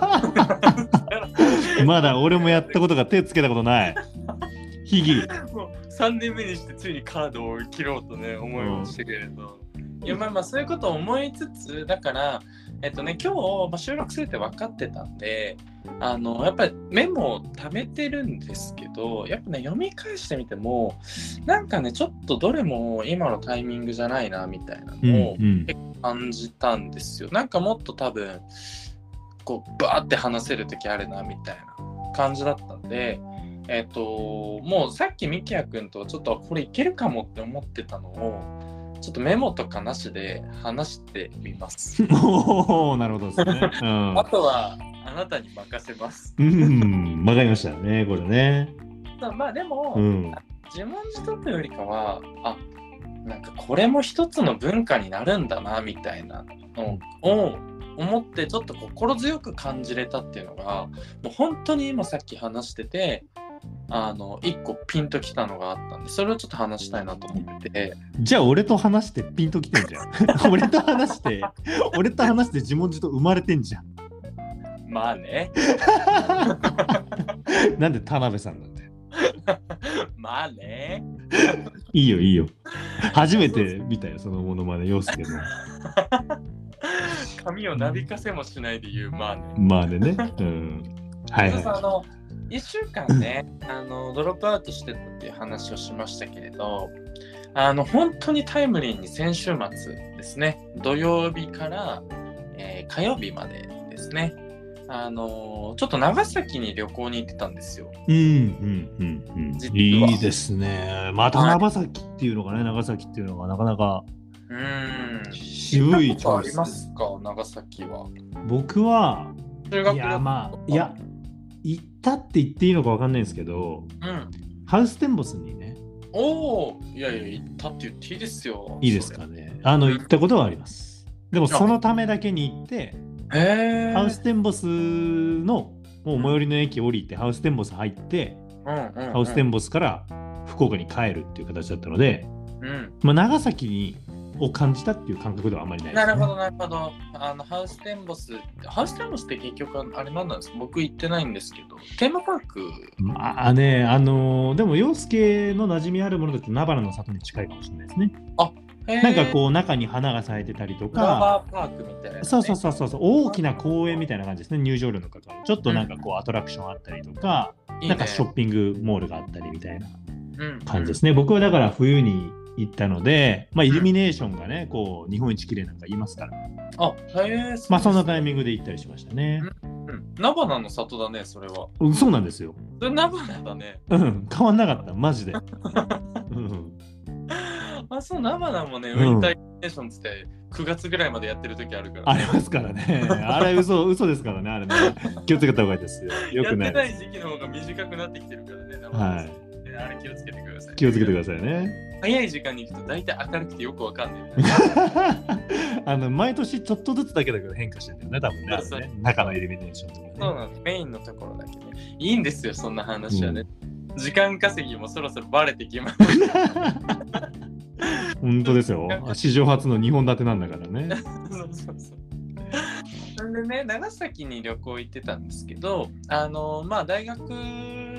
S2: まだ俺もやったことが手つけたことない秘技
S1: もうさんねんめにしてついにカードを切ろうとね思いましたけれど、うん、いやまあまあそういうことを思いつつだからえっとね今日、まあ、収録するって分かってたんであのやっぱりメモを貯めてるんですけどやっぱね読み返してみてもなんかねちょっとどれも今のタイミングじゃないなみたいなのを結構感じたんですよ、うんうん、なんかもっと多分こうバーって話せる時あるなみたいな感じだったんでえっともうさっきみきやくんとちょっとこれいけるかもって思ってたのをちょっとメモとかなしで話してみます
S2: おーなるほどですね、うん、
S1: あとはあなたに任せます。
S2: うん、わかりましたね、これね。
S1: まあでも、うん、自問自答よりかは、あ、なんかこれも一つの文化になるんだなみたいなのを思ってちょっと心強く感じれたっていうのが、もう本当に今さっき話してて、あの一個ピンときたのがあったんで、それをちょっと話したいなと思ってて。
S2: じゃあ俺と話してピンときてんじゃん。俺と話して、俺と話して自問自答生まれてんじゃん。
S1: まあね
S2: なんで田辺さんなんだよ
S1: まあね
S2: いいよいいよ初めて見たよそのものまね陽介の
S1: 髪をなびかせもしないで言うまあね
S2: まあねねうんはいはい
S1: あのいっしゅうかんねあのドロップアウトしてたっていう話をしましたけれどあの本当にタイムリーに先週末ですね土曜日から、えー、火曜日までですねあのー、ちょっと長崎に旅行に行ってたんですよ。
S2: うんうんうんうん。いいですね。また長崎っていうのがね、長崎っていうのがなかなか
S1: うん
S2: 渋いチョイス。
S1: ありますか、長崎は。
S2: 僕は、
S1: 中学
S2: いやまあ、いや、行ったって言っていいのか分かんないんですけど、うん、ハウステンボスにね。
S1: おお、いやいや、行ったって言っていいですよ。
S2: いいですかね。あの、行ったことはあります。でも、そのためだけに行って、
S1: へ
S2: ハウステンボスのもう最寄りの駅降りて、うん、ハウステンボス入って、うんうんうん、ハウステンボスから福岡に帰るっていう形だったので、うんまあ、長崎にを感じたっていう感覚ではあんまりないです、ね、
S1: なるほどなるほど。あのハウステンボスハウステンボスって結局あれ何なんですか？僕行ってないんですけどテーマパーク。
S2: まあねあのー、でも陽介の馴染みあるものだと菜花の里に近いかもしれないですね。
S1: あ
S2: なんかこう中に花が咲いてたりとか、
S1: ラバーパークみたいな、ね、
S2: そうそうそうそう大きな公園みたいな感じですね。入場料のかかるちょっとなんかこうアトラクションあったりとか、うん、なんかショッピングモールがあったりみたいな感じですね、うんうん、僕はだから冬に行ったので、まあ、イルミネーションがね、うん、こう日本一綺麗なんか言いますから、
S1: あ、へえ、
S2: まあそんなタイミングで行ったりしましたね。
S1: うんうん、菜花の里だね、それは。
S2: うん、そうなんですよ。
S1: それ菜花だね。
S2: うん、変わんなかったマジで。うん
S1: あ、そう、菜花もね、ウィンターイルミネーションつってくがつぐらいまでやってる時あるから、
S2: ね、ありますからね。あれ嘘、嘘ですからね、あれね。気をつけた方がいいですよ。よくない。
S1: やってない時期の方が短くなってきてるからね、菜花。はい。あれ気をつけてください。
S2: 気をつけてくださいね。
S1: 早い時間に行くと大体明るくてよくわかんない。
S2: あの毎年ちょっとずつだけだけど変化してるんだよね、多分ね。そうそうね、中のイルミネーションとかね。
S1: そうなの、メインのところだけね。いいんですよ、そんな話はね。うん、時間稼ぎもそろそろバレてきます。
S2: 本当ですよ。史上初のにほん立てなんだからね。
S1: そうそうそう。それでね、長崎に旅行行ってたんですけど、あのまあ大学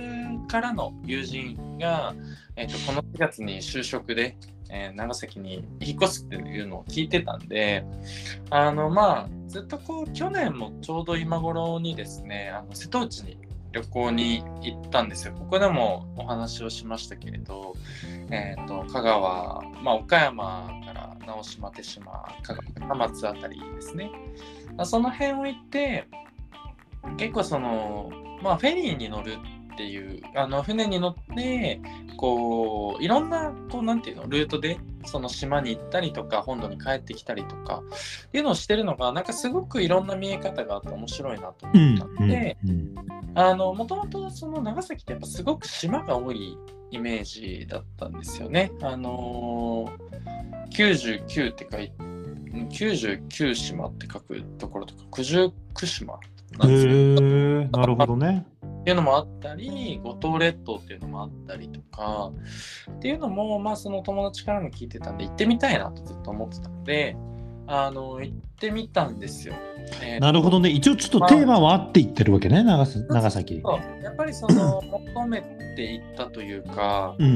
S1: からの友人が、えー、とこのしがつに就職で、えー、長崎に引っ越すっていうのを聞いてたんで、あのまあずっとこう去年もちょうど今頃にですね、あの瀬戸内に旅行に行ったんですよ。ここでもお話をしましたけれど、えー、と香川、まあ、岡山から直島、手島、香川、高松あたりですね。その辺を行って結構その、まあ、フェリーに乗るっていうあの船に乗ってこういろんなこうなんていうのルートでその島に行ったりとか本土に帰ってきたりとかっていうのをしてるのがなんかすごくいろんな見え方があって面白いなと思ったので、
S2: うんうんうん、
S1: あのもともとその長崎ってやっぱすごく島が多いイメージだったんですよね。あのー、きゅうじゅうきゅうって書いてきゅうじゅうきゅう島って書くところとかくじゅうきゅう島なんですよ。
S2: へー、なるほどね。
S1: っていうのもあったり、五島列島っていうのもあったりとかっていうのも、まあその友達からも聞いてたんで行ってみたいなとずっと思ってたので、あの行ってみたんですよ。
S2: えー、なるほどね。一応ちょっとテーマはあって言ってるわけね、長長崎。
S1: そうやっぱりその求めていったというか、
S2: うんうん、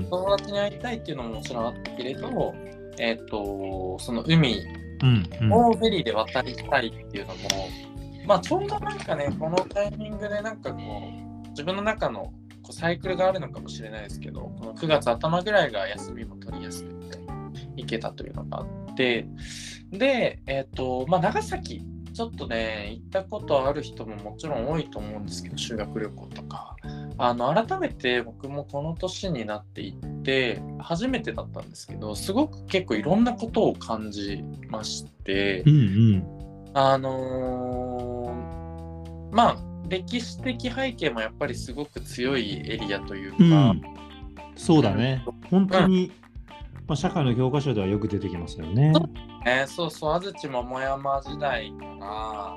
S1: 友達に会いたいっていうのももちろんあったけれど、えっとその海をフェリーで渡りたいっていうのも、うんうん、まあちょうどなんかねこのタイミングでなんかこう自分の中のこうサイクルがあるのかもしれないですけど、このくがつ頭ぐらいが休みも取りやすくて行けたというのがあって、でえっとまあ長崎ちょっとね行ったことある人ももちろん多いと思うんですけど、修学旅行とかあの改めて僕もこの年になって行って初めてだったんですけど、すごく結構いろんなことを感じまして、
S2: うんうん、
S1: あのー、まあ歴史的背景もやっぱりすごく強いエリアというか、うん、
S2: そうだね、うん、本当に、まあ、社会の教科書ではよく出てきますよね。
S1: えー、そうそう、安土桃山時代から、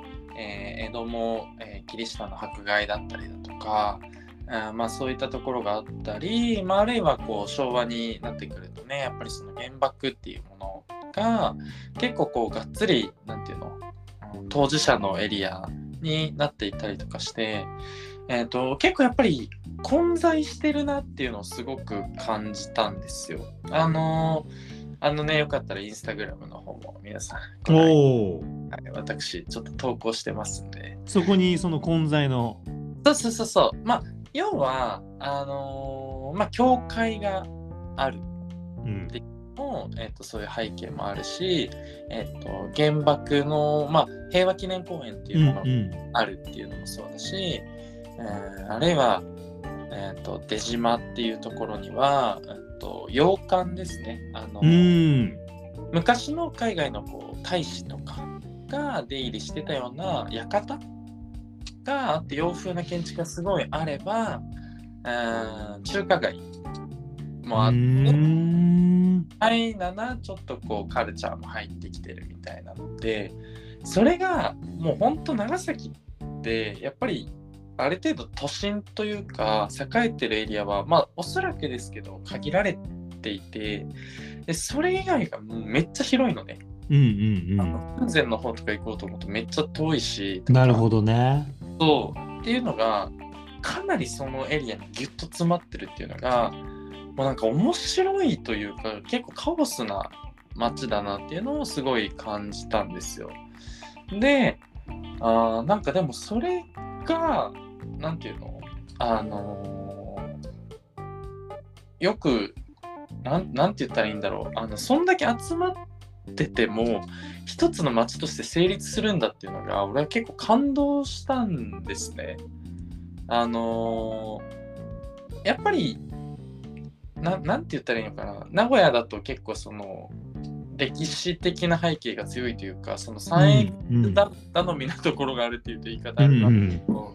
S1: えー、江戸も、えー、キリシタンの迫害だったりだとか、あまあ、そういったところがあったり、まあ、あるいはこう昭和になってくるとね、やっぱりその原爆っていうものが結構こうがっつりなんていうの当事者のエリアになっていったりとかして、えーと、結構やっぱり混在してるなっていうのをすごく感じたんですよ。あのーあのね、よかったらインスタグラムの方も皆さん、おはい、私ちょっと投稿してますんで、
S2: そこにその混在の
S1: そうそうそうそう、まあ要はあのー、まあ教会があるっていうのも、うんえー、とそういう背景もあるし、えー、と原爆の、まあ、平和記念公園っていうものがあるっていうのもそうだし、うんうんえー、あるいは、えー、と出島っていうところには洋館ですね。あの
S2: うん
S1: 昔の海外のこう大使とかが出入りしてたような館があって洋風な建築がすごいあれば、中華街もあってはいななちょっとこうカルチャーも入ってきてるみたいなので、それがもうほんと長崎ってやっぱりある程度都心というか栄えてるエリアはまあおそらくですけど限られていて、でそれ以外がもうめっちゃ広いのね。
S2: うんうんうん。あの
S1: 雲仙の方とか行こうと思うとめっちゃ遠いし。
S2: なるほどね。
S1: そうっていうのがかなりそのエリアにギュッと詰まってるっていうのがもうなんか面白いというか結構カオスな街だなっていうのをすごい感じたんですよ。で、あなんかでもそれがなんていうのあのー、よくなんなんて言ったらいいんだろうあのそんだけ集まってても一つの街として成立するんだっていうのが俺は結構感動したんですね。あのー、やっぱりななんて言ったらいいのかな名古屋だと結構その歴史的な背景が強いというかその三栄頼みなところがあるっていうと言い方あるなけど、うんうん、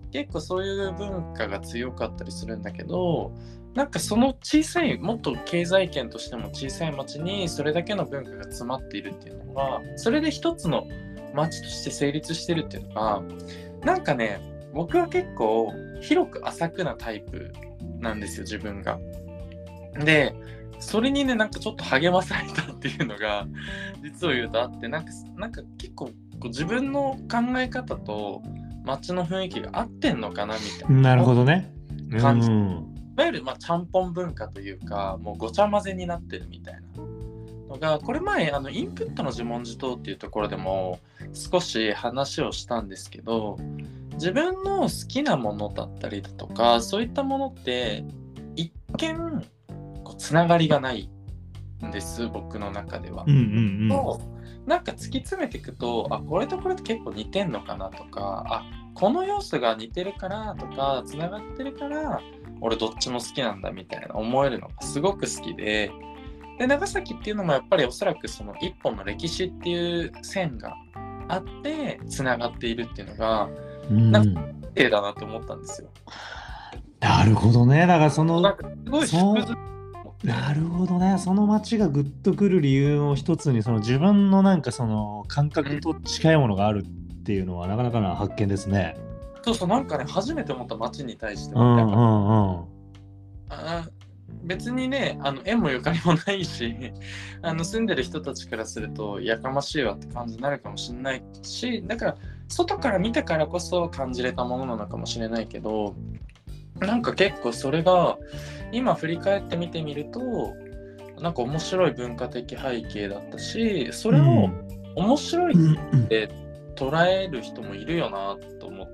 S1: 結構そういう文化が強かったりするんだけどなんかその小さいもっと経済圏としても小さい町にそれだけの文化が詰まっているっていうのはそれで一つの町として成立してるっていうのがなんかね僕は結構広く浅くなタイプなんですよ自分が。でそれにねなんかちょっと励まされたっていうのが実を言うとあってなんかなんか結構こう自分の考え方と街の雰囲気が合ってんのかなみたいな。
S2: なるほどね。う
S1: 感じ、い
S2: うん
S1: わゆるまあちゃんぽん文化というか、もうごちゃ混ぜになってるみたいなのが、これ前あのインプットの自問自答っていうところでも少し話をしたんですけど、自分の好きなものだったりだとか、そういったものって一見こうつながりがないんです、僕の中では。
S2: うんうん
S1: となんか突き詰めていくと、あ、これとこれって結構似てんのかなとか、あ、この要素が似てるからとかつながってるから俺どっちも好きなんだみたいな思えるのがすごく好きで、で長崎っていうのもやっぱりおそらくその一本の歴史っていう線があってつながっているっていうのが
S2: うん
S1: なんか綺麗だなと思ったんですよ。
S2: なるほどね。だからその
S1: なんかすごい
S2: そう
S1: 縮図
S2: なるほどね。その街がグッとくる理由の一つにその自分のなんかその感覚と近いものがあるっていうのはなかなかな発見ですね。
S1: そうそう、なんかね初めて思った街に対して
S2: うんう
S1: はやっぱ、
S2: んうん
S1: あ別にねあの縁もゆかりもないしあの住んでる人たちからするとやかましいわって感じになるかもしれないし、だから外から見たからこそ感じれたものなのかもしれないけど、なんか結構それが今振り返って見てみるとなんか面白い文化的背景だったし、それを面白いって捉える人もいるよなと思って、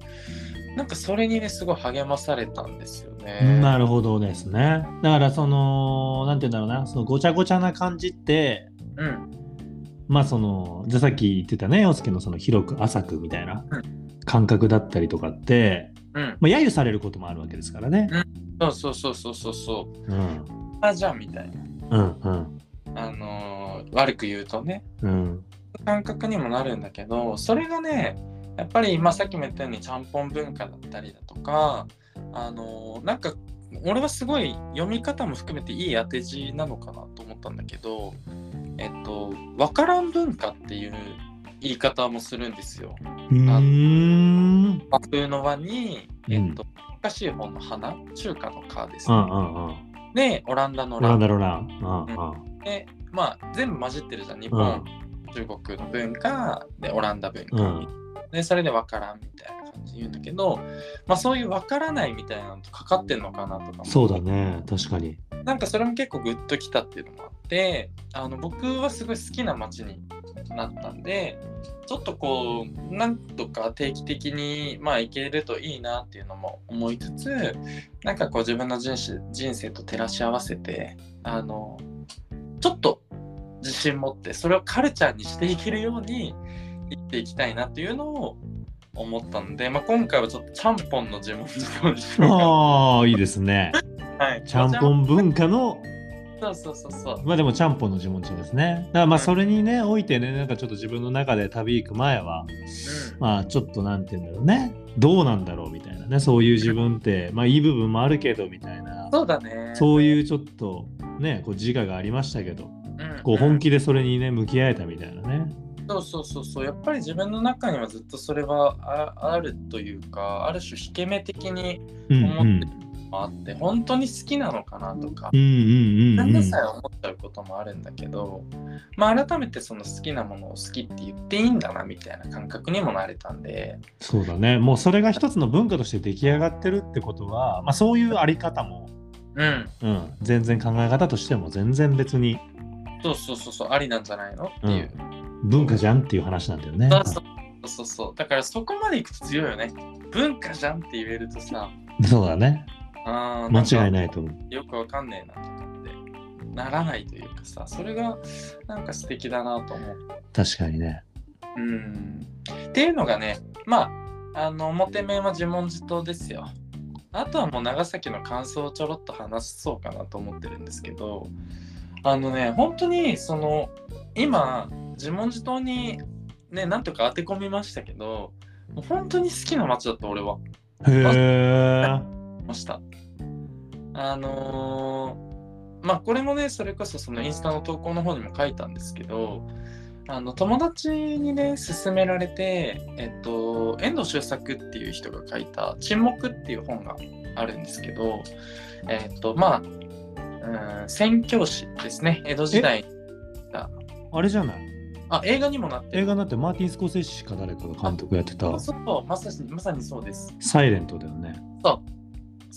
S1: なんかそれにねすごい励まされたんですよね。
S2: なるほどですね。だからそのなんて言うんだろうな、そのごちゃごちゃな感じって
S1: うん
S2: まあそのじゃあさっき言ってたね、陽介のその広く浅くみたいな感覚だったりとかって、
S1: うん
S2: まあ、揶揄されることもあるわけですからね。
S1: そうそうそうそうそうそう、
S2: うん
S1: あじゃあみたいな、
S2: うんうん
S1: あのー悪く言うとね
S2: うん
S1: 感覚にもなるんだけど、それがねやっぱり、まあ、さっきも言ったようにちゃんぽん文化だったりだとか、あのーなんか俺はすごい読み方も含めていい当て字なのかなと思ったんだけど、えっとわからん文化っていう言い方もするんですよ。
S2: うーん
S1: 和風の和に、えっと
S2: うん
S1: 難しい方の花、中華の華ですね。
S2: うんうんうん
S1: でオランダのラ
S2: なんだろうな。うんうん
S1: で、まあ全部混じってるじゃん。日本、中国の文化でオランダ文化、
S2: うん
S1: でそれでわからんみたいな感じで言うんだけど、まあそういうわからないみたいなのとかかってんのかなとかも、
S2: そうだね、確かに。
S1: なんかそれも結構グッときたっていうのもあって、あの僕はすごい好きな街になったんで、ちょっとこうなんとか定期的にまあ行けるといいなっていうのも思いつつ、なんかこう自分の人生、人生と照らし合わせて、あのちょっと自信持ってそれをカルチャーにしていけるように生きていきたいなっていうのを思ったので、まあ、今回はちょっとちゃんぽんの自問自答にしようかな。
S2: ああ、いいですね。
S1: はい、
S2: ちゃんぽん文化の、
S1: そうそうそうそう。
S2: まあでもちゃんぽんの自問自答ですね。だからまあそれにね、おいてね、なんかちょっと自分の中で旅行く前は、
S1: うん
S2: まあちょっとなんて言うんだろうね、どうなんだろうみたいなね、そういう自分って、まあいい部分もあるけどみたいな、
S1: そうだね。
S2: そういうちょっとね、こう自我がありましたけど、
S1: うん
S2: こう本気でそれにね、向き合えたみたいなね。
S1: そうそうそうそう、やっぱり自分の中にはずっとそれは あ, あるというか、ある種引け目的に
S2: うん
S1: 思ってるのもあって、本当に好きなのかなとか、
S2: うんうんうん
S1: なん
S2: うん
S1: でさえ思っちゃうこともあるんだけど、まあ改めてその好きなものを好きって言っていいんだなみたいな感覚にもなれたんで。
S2: そうだね。もうそれが一つの文化として出来上がってるってことは、まあそういうあり方も、
S1: うん、
S2: うん、全然考え方としても全然別に
S1: そうそうそうそう、ありなんじゃないのっていう。
S2: 文化じゃんっていう話なんだよね。
S1: そうそうそうそう、だからそこまでいくと強いよね。文化じゃんって言えるとさ、
S2: そうだね。
S1: あ
S2: 間違い
S1: い。
S2: ないと思う。
S1: よくわかんねえなとかってならないというかさ、それがなんか素敵だなと思う。
S2: 確かにね。
S1: うん。っていうのがね、まあ、あの表面は自問自答ですよ。あとはもう長崎の感想をちょろっと話そうかなと思ってるんですけど、あのね、本当にその今自問自答にね、なんとか当て込みましたけど、もう本当に好きな街だった俺は。
S2: へえ。
S1: ました。あのー、まあこれもね、それこそそのインスタの投稿の方にも書いたんですけど、あの友達にね勧められて、えっと遠藤周作っていう人が書いた沈黙っていう本があるんですけど、えっとまあ、うん、宣教師ですね、江戸時代に。
S2: あれじゃない。
S1: あ、映画にもなってる。
S2: 映画になってマーティン・スコセッシか誰かが監督やってた
S1: そうそう、まさにまさにそうです。
S2: サイレントだよね。
S1: そう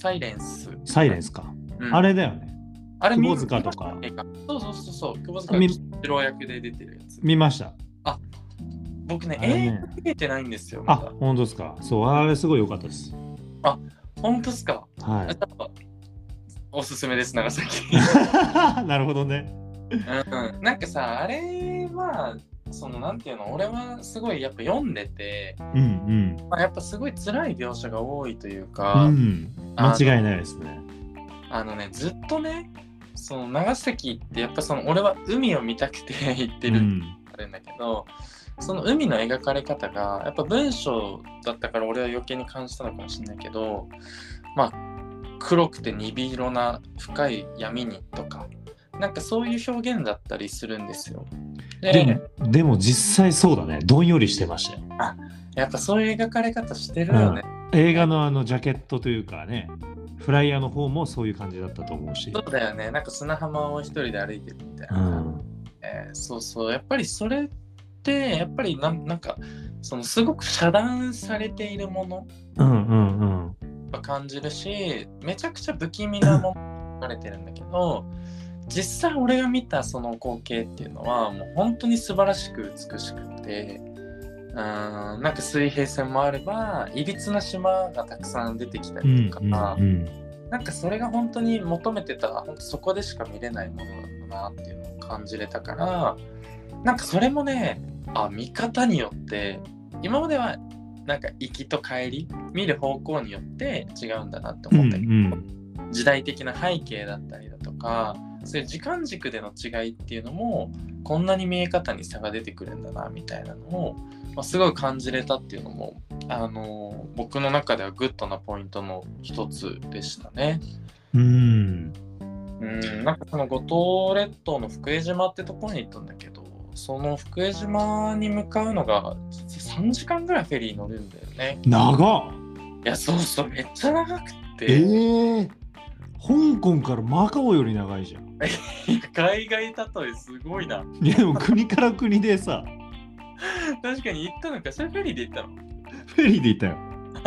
S1: サイレンス。
S2: サイレンスか。うん、あれだよね。
S1: あれ
S2: 窪塚とか。
S1: そうそうそうそう。窪塚吉郎役で出てるやつ。
S2: 見ました。
S1: あ、僕ね、映画見てないんですよ。
S2: あ、本当ですか。そう、あれすごい良かったです。
S1: あ、本当ですか。
S2: はい。
S1: おすすめです、長崎。
S2: なるほどね。
S1: うん、なんかさ、あれは、そのなんていうの、俺はすごいやっぱ読んでて、
S2: うんうん
S1: まあ、やっぱすごい辛い描写が多いというか、
S2: うん、間違いないですね。
S1: あのね、ずっとね、その長崎ってやっぱその俺は海を見たくて行ってるってあるんだけど、うん、その海の描かれ方がやっぱ文章だったから俺は余計に感じたのかもしれないけど、まあ黒くて鈍色な深い闇にとか、なんかそういう表現だったりするんですよ。
S2: で, でもでも実際そうだね。どんよりしてましたよ。
S1: あ、やっぱそういう描かれ方してるよね。
S2: うん、映画のあのジャケットというかね、フライヤーの方もそういう感じだったと思うし。
S1: そうだよね。なんか砂浜を一人で歩いてるみたいな、うんえー。そうそう。やっぱりそれってやっぱりな ん, なんかそのすごく遮断されているもの。
S2: うんうんうん
S1: 感じるし、めちゃくちゃ不気味なものが書かれてるんだけど、実際俺が見たその光景っていうのはもう本当に素晴らしく美しくて、うーん、なんか水平線もあればいびつな島がたくさん出てきたりとか、うんうんうん、なんかそれが本当に求めてた本当そこでしか見れないものなんだなっていうのを感じれたから、なんかそれもね、あ、見方によって今まではなんか行きと帰り見る方向によって違うんだなって思ったけど、うんうん、時代的な背景だったりだとかそういう時間軸での違いっていうのもこんなに見え方に差が出てくるんだなみたいなのを、まあ、すごい感じれたっていうのも、あのー、僕の中ではグッドなポイントの一つでしたね。
S2: うん
S1: うんなんかその五島列島の福江島ってところに行ったんだけど、その福江島に向かうのがさんじかんぐらいフェリー乗るんだよね。
S2: 長っ。
S1: いやそうそうめっちゃ長くて、
S2: えー、香港からマカオより長いじゃん。
S1: 海外例えすごいな。
S2: いやでも国から国でさ
S1: 確かに行ったのか。それフェリーで行ったの？
S2: フェリーで行ったよ。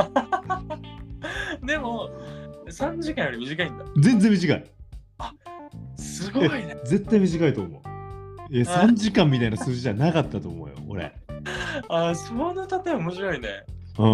S1: でもさんじかんより短いんだ。
S2: 全然短い。
S1: あ、すごいね。
S2: 絶対短いと思う。いやさんじかんみたいな数字じゃなかったと思うよ俺。
S1: あ、その例え面白いね。
S2: うん。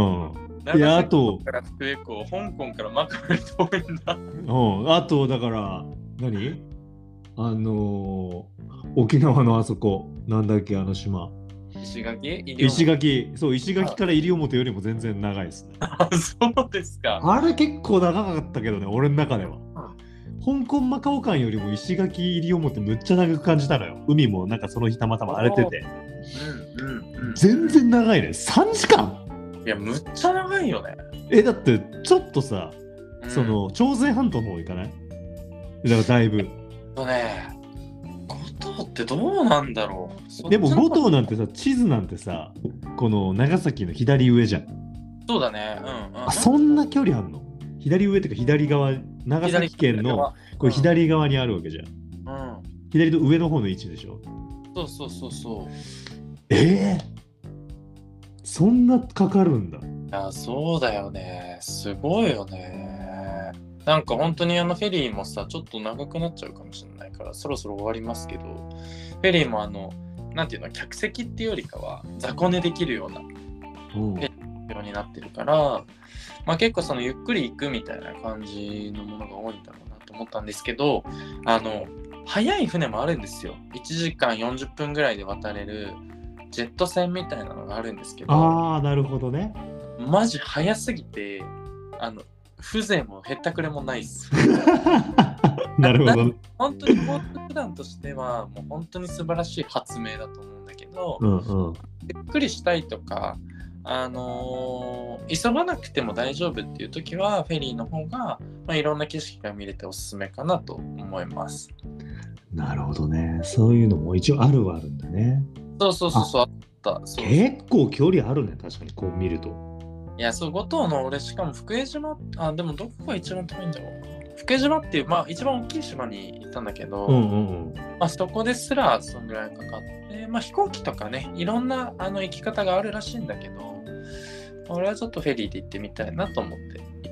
S2: いやあと
S1: から福江港、香港からマカオに遠いんだ。
S2: うん。あとだから何？あのー、沖縄のあそこなんだっけあの島。
S1: 石垣？
S2: 石垣。そう石垣から西表よりも全然長いですね。
S1: あ、そうですか。
S2: あれ結構長かったけどね俺の中では。香港マカオ間よりも石垣西表むっちゃ長く感じたのよ。海もなんかその日たまたま荒れてて、
S1: うんうんうん、
S2: 全然長いね。さんじかん。
S1: いやむっちゃ長いよね。
S2: えだってちょっとさ、うん、その朝鮮半島の方行かない？だからだいぶ
S1: とね、五島ってどうなんだろ
S2: う。でも五島なんてさ地図なんてさこの長崎の左上じゃん。
S1: そうだね、うんうん、
S2: あそんな距離あんの？左上っていうか左側、長崎県のこれ左側にあるわけじゃん、うん、左の上の方の位置でしょ。
S1: そうそうそうそう。
S2: えー、そんなかかるんだ。い
S1: やそうだよね、すごいよね。なんか本当にあのフェリーもさちょっと長くなっちゃうかもしれないからそろそろ終わりますけど、フェリーもあのなんていうの客席っていうよりかは雑魚寝できるようなフェリーようになってるから、まあ、結構そのゆっくり行くみたいな感じのものが多いんだろうなと思ったんですけど、あの速い船もあるんですよ。いちじかんよんじゅっぷんぐらいで渡れるジェット船みたいなのがあるんですけど、
S2: ああなるほどね。
S1: マジ速すぎてあの風情もへったくれもないっす。
S2: なるほど。
S1: 本当に交通手段としてはもう本当に素晴らしい発明だと思うんだけど、
S2: うんうん、
S1: ゆっくりしたいとかあのー、急がなくても大丈夫っていう時はフェリーの方が、まあ、いろんな景色が見れておすすめかなと思います。
S2: なるほどね。そういうのも一応あるはあるんだね。
S1: そうそうそうそうあったそう。
S2: 結構距離あるね確かにこう見ると。
S1: いやそう五島の俺しかも福江島あでもどこが一番遠いんだろうな。福江島っていう、まあ、一番大きい島に行ったんだけど、
S2: うんうんうん
S1: まあ、そこですらそんぐらいかかって、まあ、飛行機とかねいろんなあの行き方があるらしいんだけど俺はちょっとフェリーで行ってみたいなと思って行っ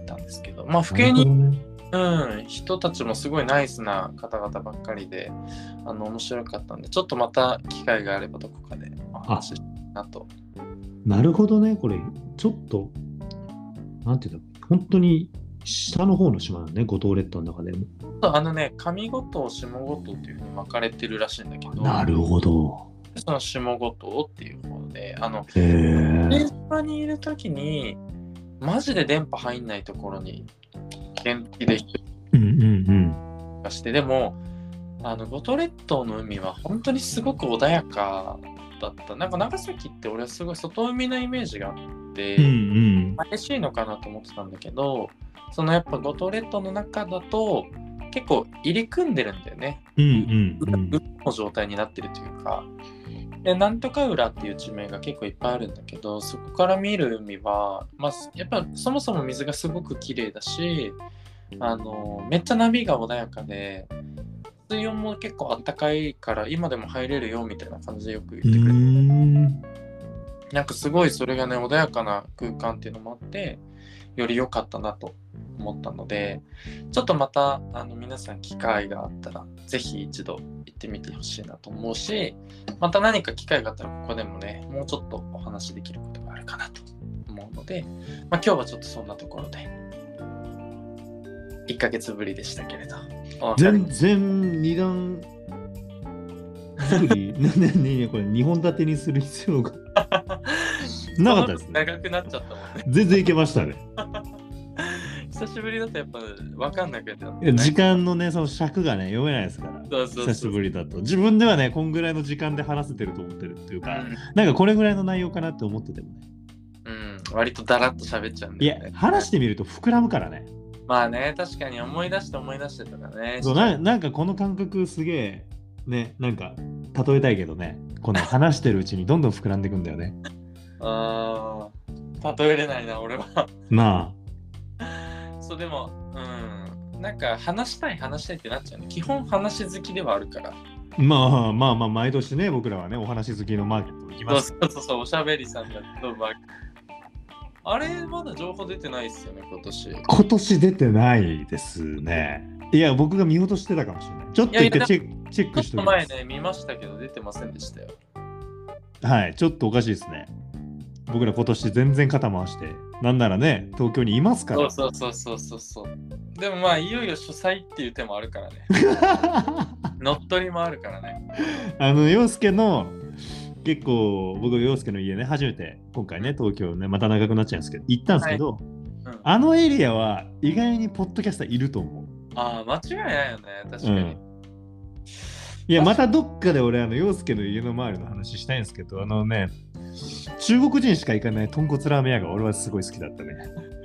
S1: たんですけど、まあ、府警に、ね、うん、人たちもすごいナイスな方々ばっかりで、あの面白かったんで、ちょっとまた機会があればどこかでお話ししたいなと。
S2: なるほどね、これ、ちょっと、なんていうんだ、本当に下の方の島なんね、五島列島の中でも。
S1: あのね、上五島、下五島っていうふうに分かれてるらしいんだけど、
S2: なるほど。
S1: その下五島っていう方で、あの、
S2: へー、
S1: 電波にいるときに、マジで電波入んないところに、元気で
S2: うんうん
S1: して、でも、あの五島列島の海は本当にすごく穏やかだった。なんか長崎って俺はすごい外海のイメージがあって、
S2: うんうん
S1: 激しいのかなと思ってたんだけど、そのやっぱ五島列島の中だと結構入り組んでるんだよね。
S2: うんうんうん。
S1: 海の状態になってるというか。で、なんとか浦っていう地名が結構いっぱいあるんだけど、そこから見る海は、まあ、やっぱそもそも水がすごく綺麗だし、あのめっちゃ波が穏やかで、水温も結構あったかいから今でも入れるよみたいな感じでよく言ってくれて、なんかすごいそれがね穏やかな空間っていうのもあってより良かったなと思ったので、ちょっとまたあの皆さん機会があったらぜひ一度行ってみてほしいなと思うし、また何か機会があったらここでもねもうちょっとお話できることがあるかなと思うので、まあ、今日はちょっとそんなところでいっかげつぶりでしたけれど、
S2: 全然二段作りねねねこれにほん立てにする必要がなかったですね。
S1: 長くなっちゃったもんね。
S2: 全然いけましたね。
S1: 久しぶりだとやっぱ分かんなくなって、
S2: ね、時間のねその尺がね読めないですから。
S1: そうそうそうそう、
S2: 久しぶりだと自分ではねこんぐらいの時間で話せてると思ってるっていうか、
S1: うん、
S2: なんかこれぐらいの内容かなって思っててもね、
S1: うん、割とだらっと喋っちゃうんだよね。
S2: いや話してみると膨らむからね。
S1: まあね、確かに思い出して思い出してとかね。
S2: そう な, なんかこの感覚すげえね、なんか例えたいけどね、この話してるうちにどんどん膨らんでいくんだよね。
S1: あー、例えれないな俺は。
S2: ま
S1: あそうでも、うん、なんか話したい話したいってなっちゃうね。基本話好きではあるから。
S2: まあまあまあ毎年ね僕らはねお話好きのマーケット行きます。
S1: そうそうそうおしゃべりさんだとまああれまだ情報出てないっすよね今年。
S2: 今年出てないですね。いや僕が見落としてたかもしれない。ちょっと一回チェックチェックしておきます。
S1: ちょっと前ね見ましたけど出てませんでしたよ。
S2: はい、ちょっとおかしいですね。僕ら今年全然肩回して、なんならね東京にいますから。
S1: そうそうそうそうそうでもまあいよいよ主催っていう手もあるからね。乗っ取りもあるからね。
S2: あの陽介の結構僕陽介の家ね初めて今回ね東京ねまた長くなっちゃうんですけど行ったんですけど、はい、うん、あのエリアは意外にポッドキャスターいると思う。
S1: ああ間違いないよね確かに、うん、
S2: いやまたどっかで俺あの陽介の家の周りの話したいんですけど、あのね中国人しか行かない豚骨ラーメン屋が俺はすごい好きだったね。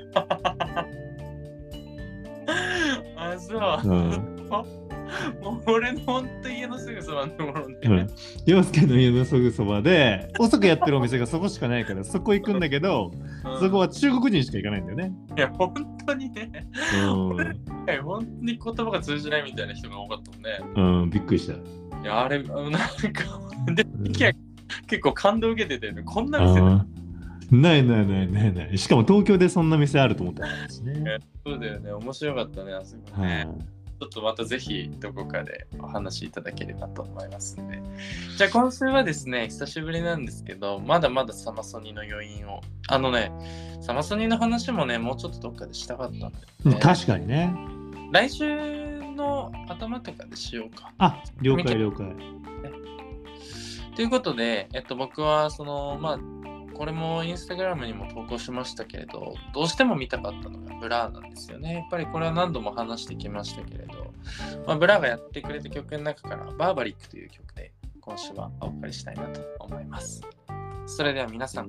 S1: あそう、うんもう俺の本当家のすぐそばのところで、ね、
S2: 陽介の家のすぐそばで遅くやってるお店がそこしかないからそこ行くんだけど、うん、そこは中国人しか行かないんだよね。
S1: いや本当にね、うん、本当に言葉が通じないみたいな人が多かったもんね。
S2: うんびっくりした。
S1: いやあれなんかで、うん、結構感動受けてて、ね、こんな店
S2: ないないないないない。しかも東京でそんな店あると思ったんですね。
S1: そうだよね面白かったねあそこね。ちょっとまたぜひどこかでお話しいただければと思いますので。じゃあ今週はですね、久しぶりなんですけど、まだまだサマソニの余韻を。あのね、サマソニの話もね、もうちょっとどっかでしたかったんだよね。
S2: 確かにね。
S1: 来週の頭とかでしようか。
S2: あ、了解了解。
S1: ということで、えっと、僕はその、まあ、これもインスタグラムにも投稿しましたけれど、どうしても見たかったのがブラーなんですよね。やっぱりこれは何度も話してきましたけれど、まあ、ブラーがやってくれた曲の中からバーバリックという曲で今週はお送りしたいなと思います。それでは皆さん、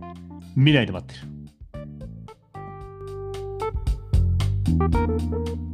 S2: 未来で待ってる。